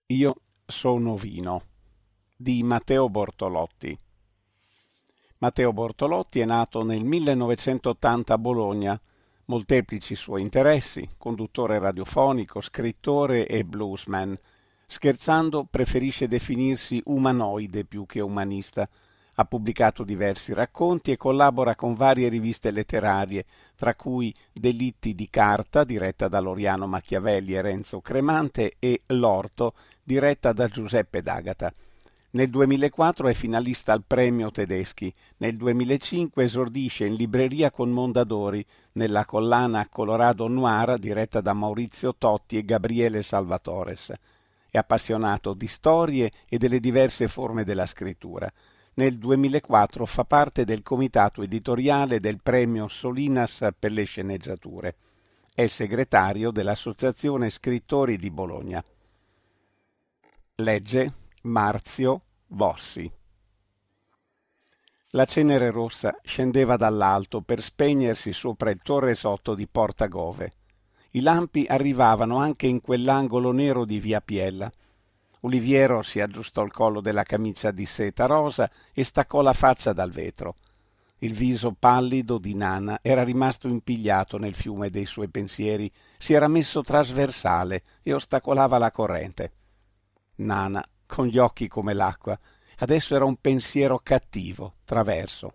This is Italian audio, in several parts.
Io sono vino di Matteo Bortolotti. Matteo Bortolotti è nato nel 1980 a Bologna, molteplici suoi interessi, conduttore radiofonico, scrittore e bluesman. Scherzando preferisce definirsi umanoide più che umanista. Ha pubblicato diversi racconti e collabora con varie riviste letterarie, tra cui Delitti di carta, diretta da Loriano Machiavelli e Renzo Cremante, e L'orto, diretta da Giuseppe D'Agata. Nel 2004 è finalista al Premio Tedeschi. Nel 2005 esordisce in libreria con Mondadori nella collana Colorado Noir diretta da Maurizio Totti e Gabriele Salvatores. È appassionato di storie e delle diverse forme della scrittura. Nel 2004 fa parte del comitato editoriale del Premio Solinas per le sceneggiature. È segretario dell'Associazione Scrittori di Bologna. Legge Marzio Bossi. La cenere rossa scendeva dall'alto per spegnersi sopra il torre sotto di Porta Gove. I lampi arrivavano anche in quell'angolo nero di via Piella. Oliviero si aggiustò il collo della camicia di seta rosa e staccò la faccia dal vetro. Il viso pallido di Nana era rimasto impigliato nel fiume dei suoi pensieri, si era messo trasversale e ostacolava la corrente. Nana, con gli occhi come l'acqua, adesso era un pensiero cattivo, traverso.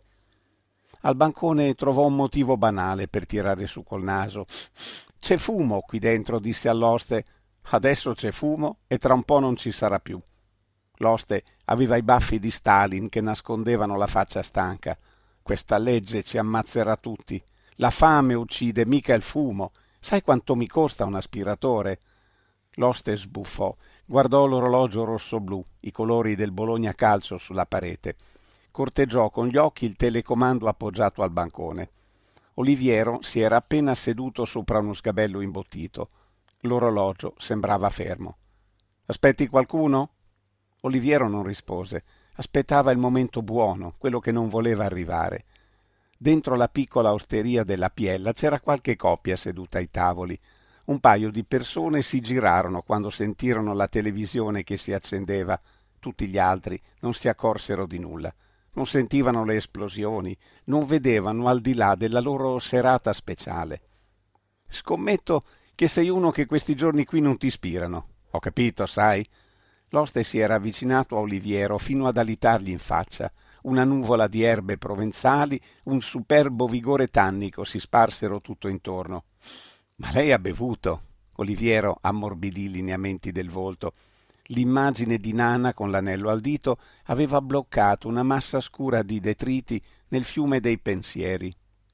Al bancone trovò un motivo banale per tirare su col naso. «C'è fumo qui dentro», disse all'oste. «Adesso c'è fumo e tra un po' non ci sarà più». L'oste aveva i baffi di Stalin che nascondevano la faccia stanca. «Questa legge ci ammazzerà tutti. La fame uccide, mica il fumo. Sai quanto mi costa un aspiratore?» L'oste sbuffò, guardò l'orologio rosso-blu, i colori del Bologna Calcio sulla parete. Corteggiò con gli occhi il telecomando appoggiato al bancone. Oliviero si era appena seduto sopra uno sgabello imbottito. L'orologio sembrava fermo. «Aspetti qualcuno?» Oliviero non rispose. Aspettava il momento buono, quello che non voleva arrivare. Dentro la piccola osteria della Piella c'era qualche coppia seduta ai tavoli. Un paio di persone si girarono quando sentirono la televisione che si accendeva. Tutti gli altri non si accorsero di nulla. Non sentivano le esplosioni, non vedevano al di là della loro serata speciale. «Scommetto che sei uno che questi giorni qui non ti ispirano. Ho capito, sai?» L'oste si era avvicinato a Oliviero fino ad alitargli in faccia. Una nuvola di erbe provenzali, un superbo vigore tannico si sparsero tutto intorno. «Ma lei ha bevuto?» Oliviero ammorbidì i lineamenti del volto. L'immagine di Nana con l'anello al dito aveva bloccato una massa scura di detriti nel fiume dei pensieri.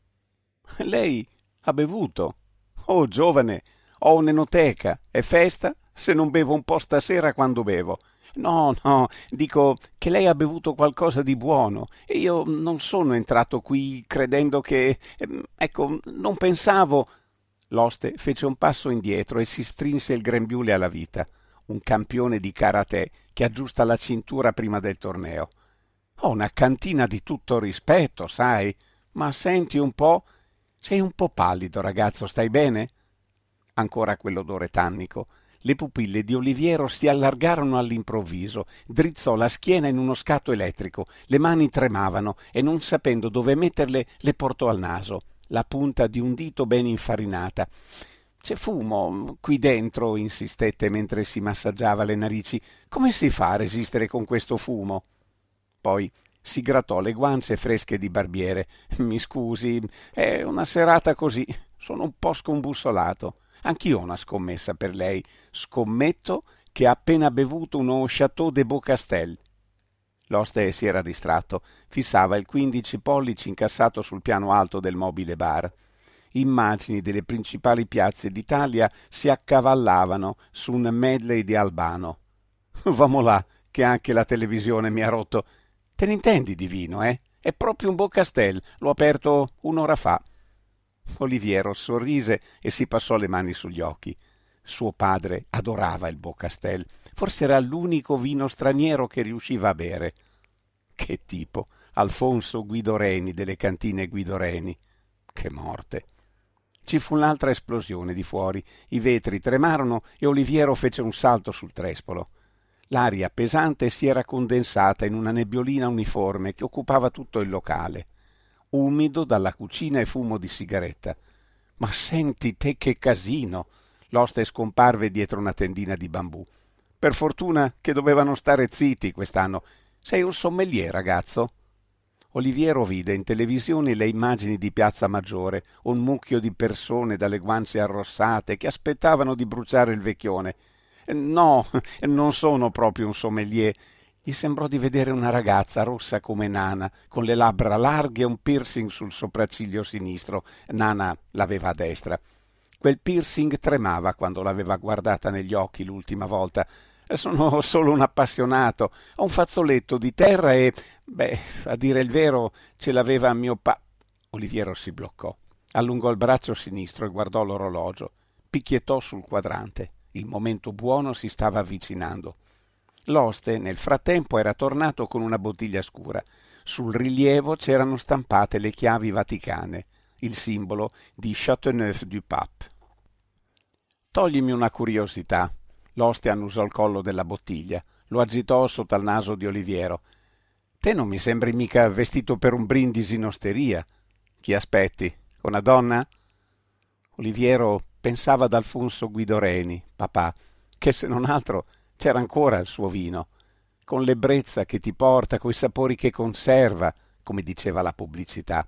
«Lei ha bevuto?» «Oh, giovane, ho un'enoteca. È festa se non bevo un po' stasera quando bevo?» «No, no, dico che lei ha bevuto qualcosa di buono e io non sono entrato qui credendo che... ecco, non pensavo...» L'oste fece un passo indietro e si strinse il grembiule alla vita, un campione di karate che aggiusta la cintura prima del torneo. «Ho una cantina di tutto rispetto, sai? Ma senti un po'... Sei un po' pallido, ragazzo, stai bene?» Ancora quell'odore tannico. Le pupille di Oliviero si allargarono all'improvviso, drizzò la schiena in uno scatto elettrico, le mani tremavano e non sapendo dove metterle le portò al naso, la punta di un dito ben infarinata. «C'è fumo qui dentro», insistette mentre si massaggiava le narici. «Come si fa a resistere con questo fumo?» Poi si grattò le guance fresche di barbiere. «Mi scusi, è una serata così. Sono un po' scombussolato. Anch'io ho una scommessa per lei. Scommetto che ha appena bevuto uno Chateau de Beaucastel». L'oste si era distratto. Fissava il 15 pollici incassato sul piano alto del mobile bar. Immagini delle principali piazze d'Italia si accavallavano su un medley di Albano. «Vamo là, che anche la televisione mi ha rotto. Te ne intendi di vino, eh? È proprio un Beaucastel. L'ho aperto un'ora fa». Oliviero sorrise e si passò le mani sugli occhi. Suo padre adorava il Beaucastel. Forse era l'unico vino straniero che riusciva a bere. Che tipo, Alfonso Guidoreni delle cantine Guidoreni. Che morte. Ci fu un'altra esplosione di fuori. I vetri tremarono e Oliviero fece un salto sul trespolo. L'aria pesante si era condensata in una nebbiolina uniforme che occupava tutto il locale, umido dalla cucina e fumo di sigaretta. «Ma senti te che casino!» L'oste scomparve dietro una tendina di bambù. «Per fortuna che dovevano stare zitti quest'anno. Sei un sommelier, ragazzo?» Oliviero vide in televisione le immagini di Piazza Maggiore, un mucchio di persone dalle guance arrossate che aspettavano di bruciare il vecchione. «No, non sono proprio un sommelier». Gli sembrò di vedere una ragazza rossa come Nana, con le labbra larghe e un piercing sul sopracciglio sinistro. Nana l'aveva a destra. Quel piercing tremava quando l'aveva guardata negli occhi l'ultima volta. «Sono solo un appassionato. Ho un fazzoletto di terra e, beh, a dire il vero, ce l'aveva mio pa...» Oliviero si bloccò. Allungò il braccio sinistro e guardò l'orologio. Picchiettò sul quadrante. Il momento buono si stava avvicinando. L'oste, nel frattempo, era tornato con una bottiglia scura. Sul rilievo c'erano stampate le chiavi vaticane, il simbolo di Châteauneuf-du-Pape. «Toglimi una curiosità». L'oste annusò il collo della bottiglia, lo agitò sotto al naso di Oliviero. «Te non mi sembri mica vestito per un brindisi in osteria. Chi aspetti? Una donna?» Oliviero pensava ad Alfonso Guidoreni, papà, che se non altro c'era ancora il suo vino, con l'ebbrezza che ti porta, coi sapori che conserva, come diceva la pubblicità.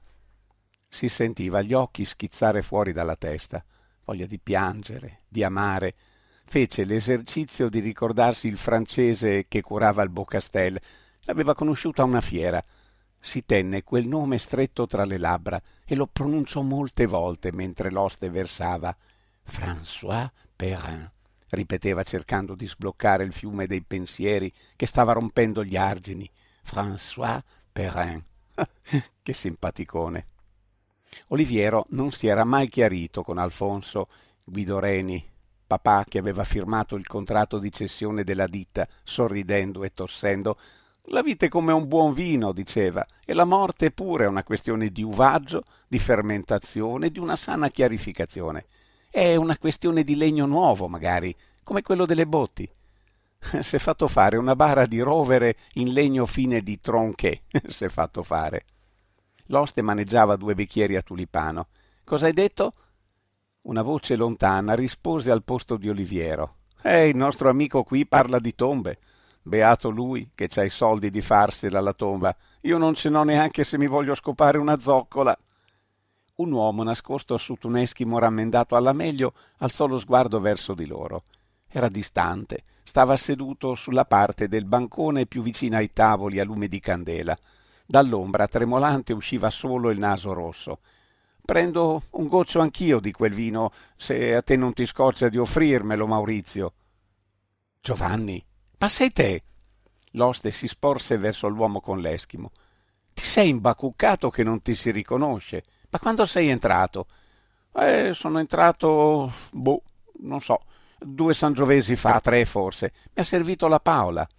Si sentiva gli occhi schizzare fuori dalla testa, voglia di piangere, di amare. Fece l'esercizio di ricordarsi il francese che curava il Beaucastel. L'aveva conosciuto a una fiera. Si tenne quel nome stretto tra le labbra e lo pronunciò molte volte mentre l'oste versava. «François Perrin», ripeteva cercando di sbloccare il fiume dei pensieri che stava rompendo gli argini. «François Perrin». Che simpaticone. Oliviero non si era mai chiarito con Alfonso Guidoreni, papà che aveva firmato il contratto di cessione della ditta, sorridendo e tossendo. «La vita è come un buon vino», diceva, «e la morte pure è una questione di uvaggio, di fermentazione, di una sana chiarificazione. È una questione di legno nuovo, magari, come quello delle botti. S'è fatto fare una bara di rovere in legno fine di tronche, s'è fatto fare». L'oste maneggiava 2 bicchieri a tulipano. «Cosa hai detto?» Una voce lontana rispose al posto di Oliviero. Il nostro amico qui parla di tombe. Beato lui che c'ha i soldi di farsela la tomba. Io non ce n'ho neanche se mi voglio scopare una zoccola». Un uomo nascosto sotto un eschimo rammendato alla meglio alzò lo sguardo verso di loro. Era distante, stava seduto sulla parte del bancone più vicina ai tavoli a lume di candela. Dall'ombra tremolante usciva solo il naso rosso. «Prendo un goccio anch'io di quel vino, se a te non ti scoccia di offrirmelo, Maurizio». «Giovanni, ma sei te?» L'oste si sporse verso l'uomo con l'eschimo. «Ti sei imbacuccato che non ti si riconosce. Ma quando sei entrato?» Sono entrato, non so, 2 sangiovesi fa, 3 forse. Mi ha servito la Paola».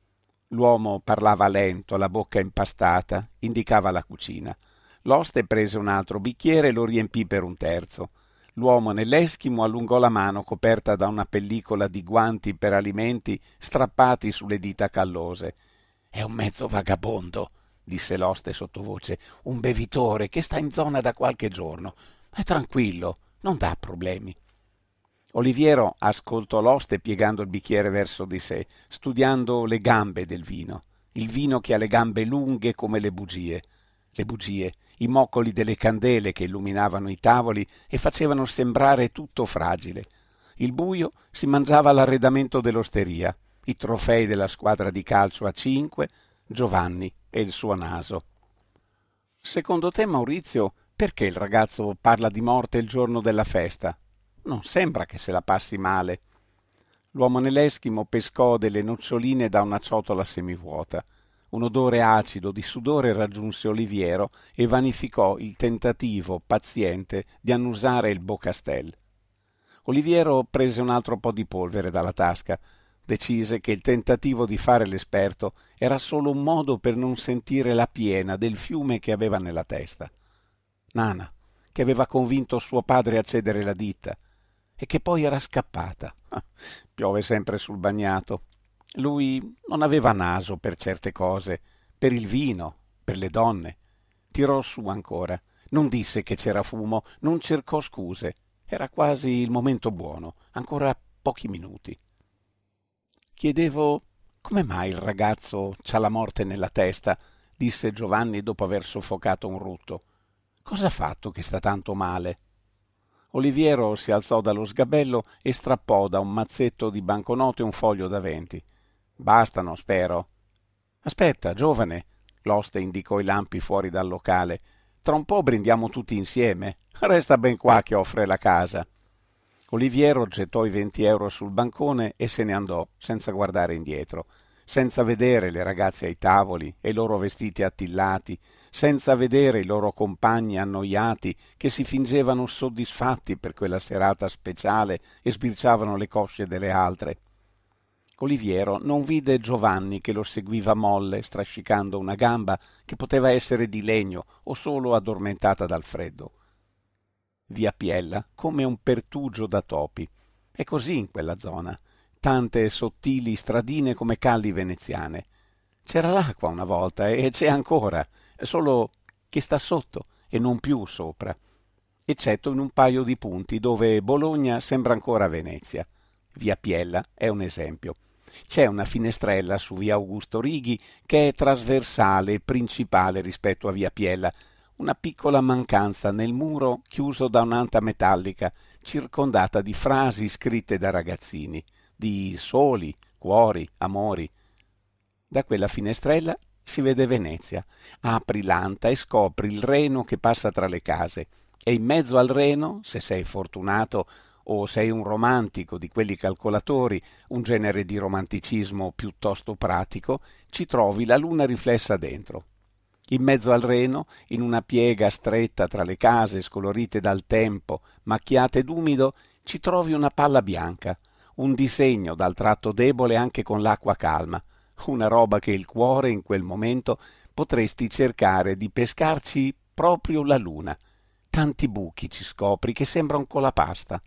L'uomo parlava lento, la bocca impastata, indicava la cucina. L'oste prese un altro bicchiere e lo riempì per un terzo. L'uomo nell'eschimo allungò la mano coperta da una pellicola di guanti per alimenti strappati sulle dita callose. «È un mezzo vagabondo», disse l'oste sottovoce, «un bevitore che sta in zona da qualche giorno. È tranquillo, non dà problemi». Oliviero ascoltò l'oste piegando il bicchiere verso di sé, studiando le gambe del vino. Il vino che ha le gambe lunghe come le bugie, i moccoli delle candele che illuminavano i tavoli e facevano sembrare tutto fragile. Il buio si mangiava l'arredamento dell'osteria, i trofei della squadra di calcio a 5, Giovanni e il suo naso. «Secondo te, Maurizio, perché il ragazzo parla di morte il giorno della festa? Non sembra che se la passi male». L'uomo nell'eschimo pescò delle noccioline da una ciotola semivuota. Un odore acido di sudore raggiunse Oliviero e vanificò il tentativo paziente di annusare il Beaucastel. Oliviero prese un altro po' di polvere dalla tasca. Decise che il tentativo di fare l'esperto era solo un modo per non sentire la piena del fiume che aveva nella testa. Nana, che aveva convinto suo padre a cedere la ditta e che poi era scappata. Piove sempre sul bagnato. Lui non aveva naso per certe cose, per il vino, per le donne. Tirò su ancora. Non disse che c'era fumo, non cercò scuse. Era quasi il momento buono, ancora pochi minuti. Chiedevo come mai il ragazzo c'ha la morte nella testa, disse Giovanni dopo aver soffocato un rutto. Cosa ha fatto che sta tanto male? Oliviero si alzò dallo sgabello e strappò da un mazzetto di banconote un foglio da 20. Bastano, spero. Aspetta, giovane, l'oste indicò i lampi fuori dal locale. Tra un po' brindiamo tutti insieme. Resta ben qua che offre la casa. Oliviero gettò i 20 € sul bancone e se ne andò, senza guardare indietro, senza vedere le ragazze ai tavoli e i loro vestiti attillati, senza vedere i loro compagni annoiati che si fingevano soddisfatti per quella serata speciale e sbirciavano le cosce delle altre. Oliviero non vide Giovanni che lo seguiva molle, strascicando una gamba che poteva essere di legno o solo addormentata dal freddo. Via Piella come un pertugio da topi. È così in quella zona. Tante sottili stradine come calli veneziane. C'era l'acqua una volta e c'è ancora, solo che sta sotto e non più sopra, eccetto in un paio di punti dove Bologna sembra ancora Venezia. Via Piella è un esempio. C'è una finestrella su via Augusto Righi che è trasversale e principale rispetto a via Piella, una piccola mancanza nel muro chiuso da un'anta metallica, circondata di frasi scritte da ragazzini, di soli, cuori, amori. Da quella finestrella si vede Venezia. Apri l'anta e scopri il Reno che passa tra le case. E in mezzo al Reno, se sei fortunato o sei un romantico di quelli calcolatori, un genere di romanticismo piuttosto pratico, ci trovi la luna riflessa dentro. In mezzo al Reno, in una piega stretta tra le case scolorite dal tempo, macchiate d'umido, ci trovi una palla bianca, un disegno dal tratto debole anche con l'acqua calma, una roba che il cuore in quel momento potresti cercare di pescarci proprio la luna. Tanti buchi ci scopri che sembra un colapasta.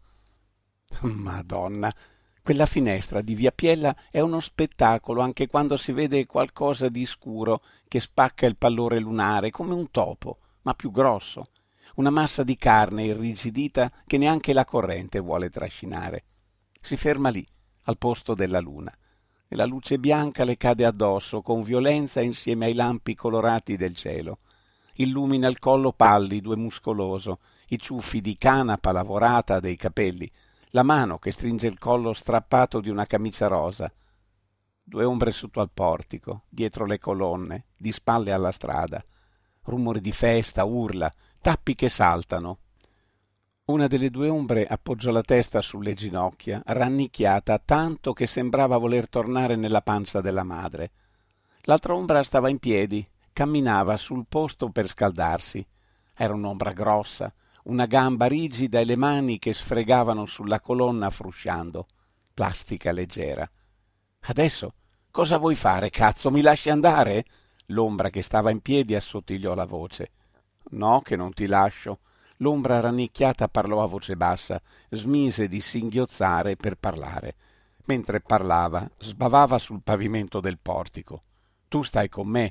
Madonna, quella finestra di via Piella è uno spettacolo anche quando si vede qualcosa di scuro che spacca il pallore lunare come un topo, ma più grosso, una massa di carne irrigidita che neanche la corrente vuole trascinare. Si ferma lì, al posto della luna, e la luce bianca le cade addosso con violenza insieme ai lampi colorati del cielo. Illumina il collo pallido e muscoloso, i ciuffi di canapa lavorata dei capelli, la mano che stringe il collo strappato di una camicia rosa. 2 ombre sotto al portico, dietro le colonne, di spalle alla strada. Rumori di festa, urla, tappi che saltano. Una delle 2 ombre appoggiò la testa sulle ginocchia, rannicchiata tanto che sembrava voler tornare nella pancia della madre. L'altra ombra stava in piedi, camminava sul posto per scaldarsi. Era un'ombra grossa, una gamba rigida e le mani che sfregavano sulla colonna frusciando. Plastica leggera. Adesso cosa vuoi fare, cazzo? Mi lasci andare? L'ombra che stava in piedi assottigliò la voce. No, che non ti lascio. L'ombra rannicchiata parlò a voce bassa, smise di singhiozzare per parlare. Mentre parlava, sbavava sul pavimento del portico. Tu stai con me.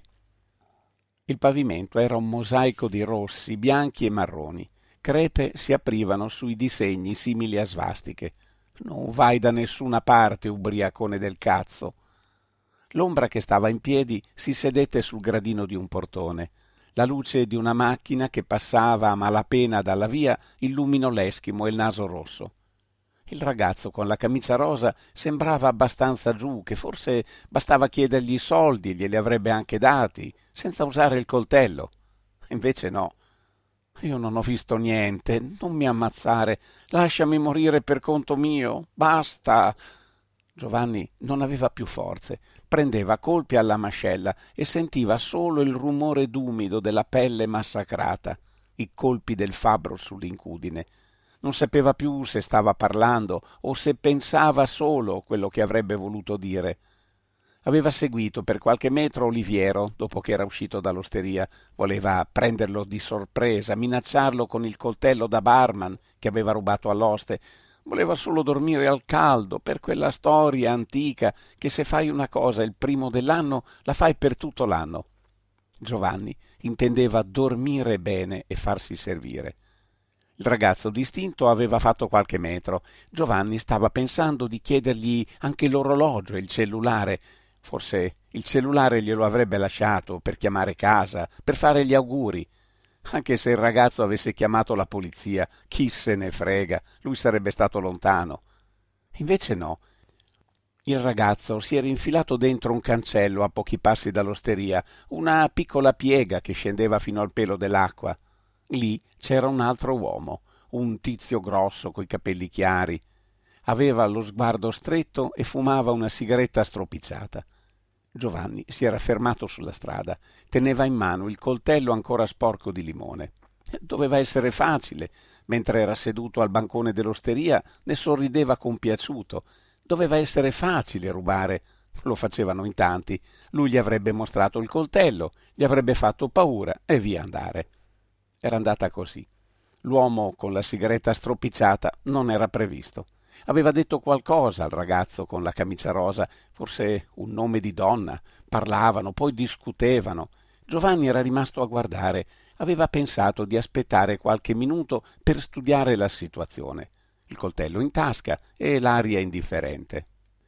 Il pavimento era un mosaico di rossi, bianchi e marroni. Crepe si aprivano sui disegni simili a svastiche. Non vai da nessuna parte, ubriacone del cazzo. L'ombra che stava in piedi si sedette sul gradino di un portone. La luce di una macchina che passava a malapena dalla via illuminò l'eschimo e il naso rosso. Il ragazzo con la camicia rosa sembrava abbastanza giù, che forse bastava chiedergli i soldi e glieli avrebbe anche dati, senza usare il coltello. Invece no. Io non ho visto niente, non mi ammazzare, lasciami morire per conto mio, basta. Giovanni non aveva più forze, prendeva colpi alla mascella e sentiva solo il rumore d'umido della pelle massacrata, i colpi del fabbro sull'incudine. Non sapeva più se stava parlando o se pensava solo quello che avrebbe voluto dire. Aveva seguito per qualche metro Oliviero dopo che era uscito dall'osteria. Voleva prenderlo di sorpresa, minacciarlo con il coltello da barman che aveva rubato all'oste, voleva solo dormire al caldo per quella storia antica che se fai una cosa il primo dell'anno la fai per tutto l'anno. Giovanni intendeva dormire bene e farsi servire. Il ragazzo distinto aveva fatto qualche metro. Giovanni stava pensando di chiedergli anche l'orologio e il cellulare. Forse il cellulare glielo avrebbe lasciato per chiamare casa, per fare gli auguri. Anche se il ragazzo avesse chiamato la polizia, chi se ne frega, lui sarebbe stato lontano. Invece no. Il ragazzo si era infilato dentro un cancello a pochi passi dall'osteria, una piccola piega che scendeva fino al pelo dell'acqua. Lì c'era un altro uomo, un tizio grosso coi capelli chiari. Aveva lo sguardo stretto e fumava una sigaretta stropicciata. Giovanni si era fermato sulla strada, teneva in mano il coltello ancora sporco di limone. Doveva essere facile. Mentre era seduto al bancone dell'osteria ne sorrideva compiaciuto. Doveva essere facile rubare. Lo facevano in tanti. Lui gli avrebbe mostrato il coltello, gli avrebbe fatto paura e via andare. Era andata così. L'uomo con la sigaretta stropicciata non era previsto. Aveva detto qualcosa al ragazzo con la camicia rosa, forse un nome di donna. Parlavano, poi discutevano. Giovanni era rimasto a guardare. Aveva pensato di aspettare qualche minuto per studiare la situazione. Il coltello in tasca e l'aria indifferente.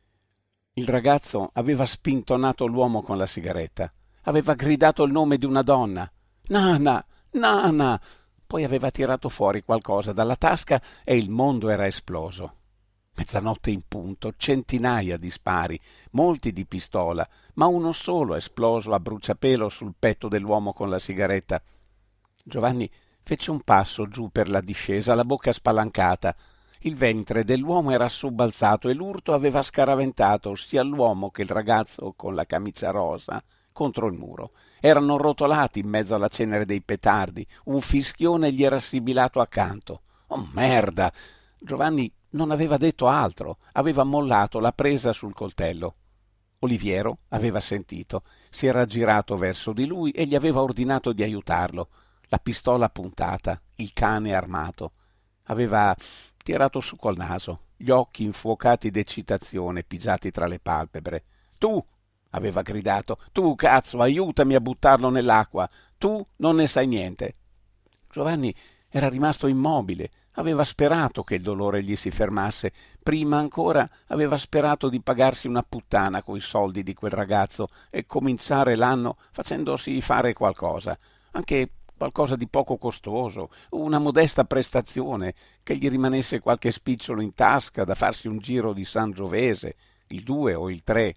Il ragazzo aveva spintonato l'uomo con la sigaretta. Aveva gridato il nome di una donna. Nana! Nana! Poi aveva tirato fuori qualcosa dalla tasca e il mondo era esploso. Mezzanotte in punto, centinaia di spari, molti di pistola, ma uno solo esploso a bruciapelo sul petto dell'uomo con la sigaretta. Giovanni fece un passo giù per la discesa, la bocca spalancata. Il ventre dell'uomo era sobbalzato e l'urto aveva scaraventato sia l'uomo che il ragazzo con la camicia rosa contro il muro. Erano rotolati in mezzo alla cenere dei petardi. Un fischione gli era sibilato accanto. Oh merda! Giovanni non aveva detto altro. Aveva mollato la presa sul coltello. Oliviero aveva sentito. Si era girato verso di lui e gli aveva ordinato di aiutarlo. La pistola puntata, il cane armato. Aveva tirato su col naso, gli occhi infuocati d'eccitazione pigiati tra le palpebre. Tu! Aveva gridato. Tu, cazzo, aiutami a buttarlo nell'acqua. Tu non ne sai niente. Giovanni era rimasto immobile. Aveva sperato che il dolore gli si fermasse. Prima ancora aveva sperato di pagarsi una puttana coi soldi di quel ragazzo e cominciare l'anno facendosi fare qualcosa, anche qualcosa di poco costoso, una modesta prestazione, che gli rimanesse qualche spicciolo in tasca da farsi un giro di Sangiovese, il 2 o il 3.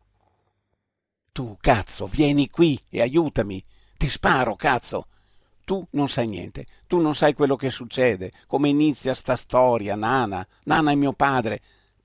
Tu, cazzo, vieni qui e aiutami. Ti sparo, cazzo. Tu non sai niente, tu non sai quello che succede, come inizia sta storia, Nana. Nana è mio padre.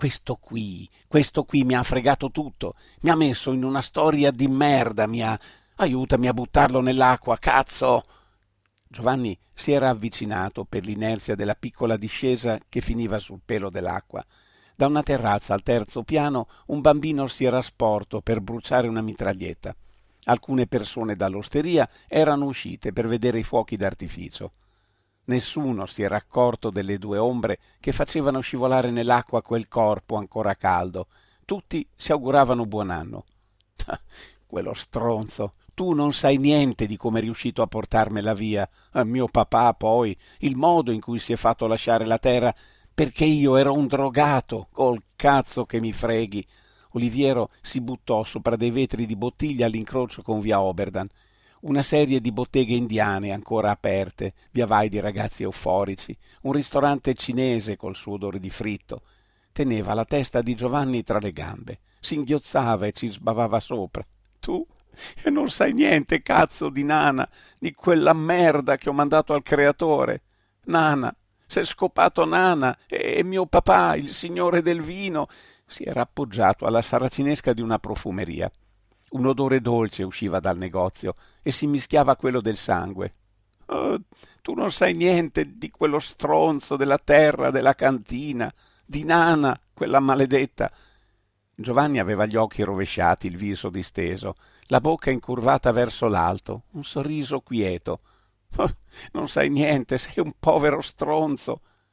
Questo qui mi ha fregato tutto, mi ha messo in una storia di merda, Aiutami a buttarlo nell'acqua, cazzo! Giovanni si era avvicinato per l'inerzia della piccola discesa che finiva sul pelo dell'acqua. Da una terrazza al terzo piano un bambino si era sporto per bruciare una mitraglietta. Alcune persone dall'osteria erano uscite per vedere i fuochi d'artificio. Nessuno si era accorto delle due ombre che facevano scivolare nell'acqua quel corpo ancora caldo. Tutti si auguravano buon anno. Quello stronzo! Tu non sai niente di come è riuscito a portarmela via. Mio papà, poi, il modo in cui si è fatto lasciare la terra, perché io ero un drogato, col cazzo che mi freghi. Oliviero si buttò sopra dei vetri di bottiglia all'incrocio con via Oberdan. Una serie di botteghe indiane ancora aperte, via vai di ragazzi euforici, un ristorante cinese col suo odore di fritto. Teneva la testa di Giovanni tra le gambe, singhiozzava e ci sbavava sopra. Tu? E non sai niente, cazzo, di Nana, di quella merda che ho mandato al creatore. Nana, s'è scopato Nana e mio papà, il signore del vino, si era appoggiato alla saracinesca di una profumeria. Un odore dolce usciva dal negozio e si mischiava a quello del sangue. Oh, tu non sai niente di quello stronzo della terra, della cantina, di Nana, quella maledetta. Giovanni aveva gli occhi rovesciati, il viso disteso, la bocca incurvata verso l'alto, un sorriso quieto. Oh, non sai niente, sei un povero stronzo.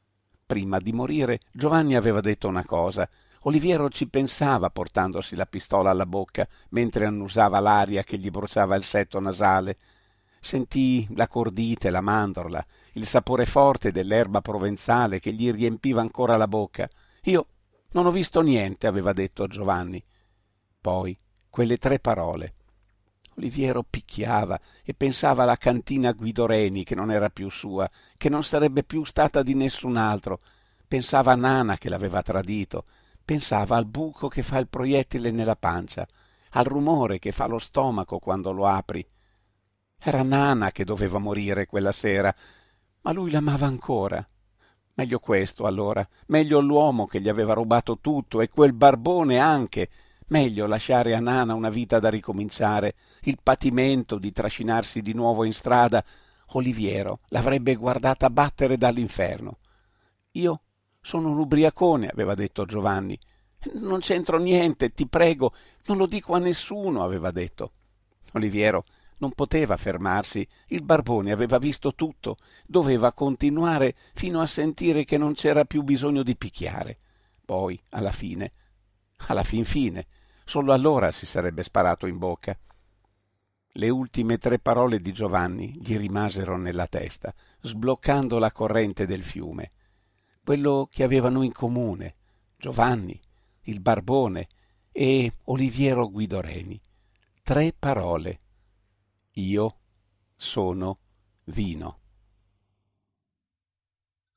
Prima di morire Giovanni aveva detto una cosa. Oliviero ci pensava portandosi la pistola alla bocca mentre annusava l'aria che gli bruciava il setto nasale. Sentì la cordite, la mandorla, il sapore forte dell'erba provenzale che gli riempiva ancora la bocca. Io non ho visto niente, aveva detto a Giovanni. Poi quelle 3 parole. Oliviero picchiava e pensava alla cantina Guido Reni, che non era più sua, che non sarebbe più stata di nessun altro. Pensava a Nana che l'aveva tradito. Pensava al buco che fa il proiettile nella pancia, al rumore che fa lo stomaco quando lo apri. Era Nana che doveva morire quella sera, ma lui l'amava ancora. Meglio questo, allora, meglio l'uomo che gli aveva rubato tutto e quel barbone anche. Meglio lasciare a Nana una vita da ricominciare, il patimento di trascinarsi di nuovo in strada. Oliviero l'avrebbe guardata battere dall'inferno. Io sono un ubriacone, aveva detto Giovanni. Non c'entro niente, ti prego, non lo dico a nessuno, aveva detto. Oliviero non poteva fermarsi, il barbone aveva visto tutto, doveva continuare fino a sentire che non c'era più bisogno di picchiare. Poi, alla fin fine, solo allora si sarebbe sparato in bocca. Le ultime 3 parole di Giovanni gli rimasero nella testa, sbloccando la corrente del fiume. Quello che avevano in comune Giovanni, il barbone e Oliviero Guidoreni. 3 parole. Io sono vino.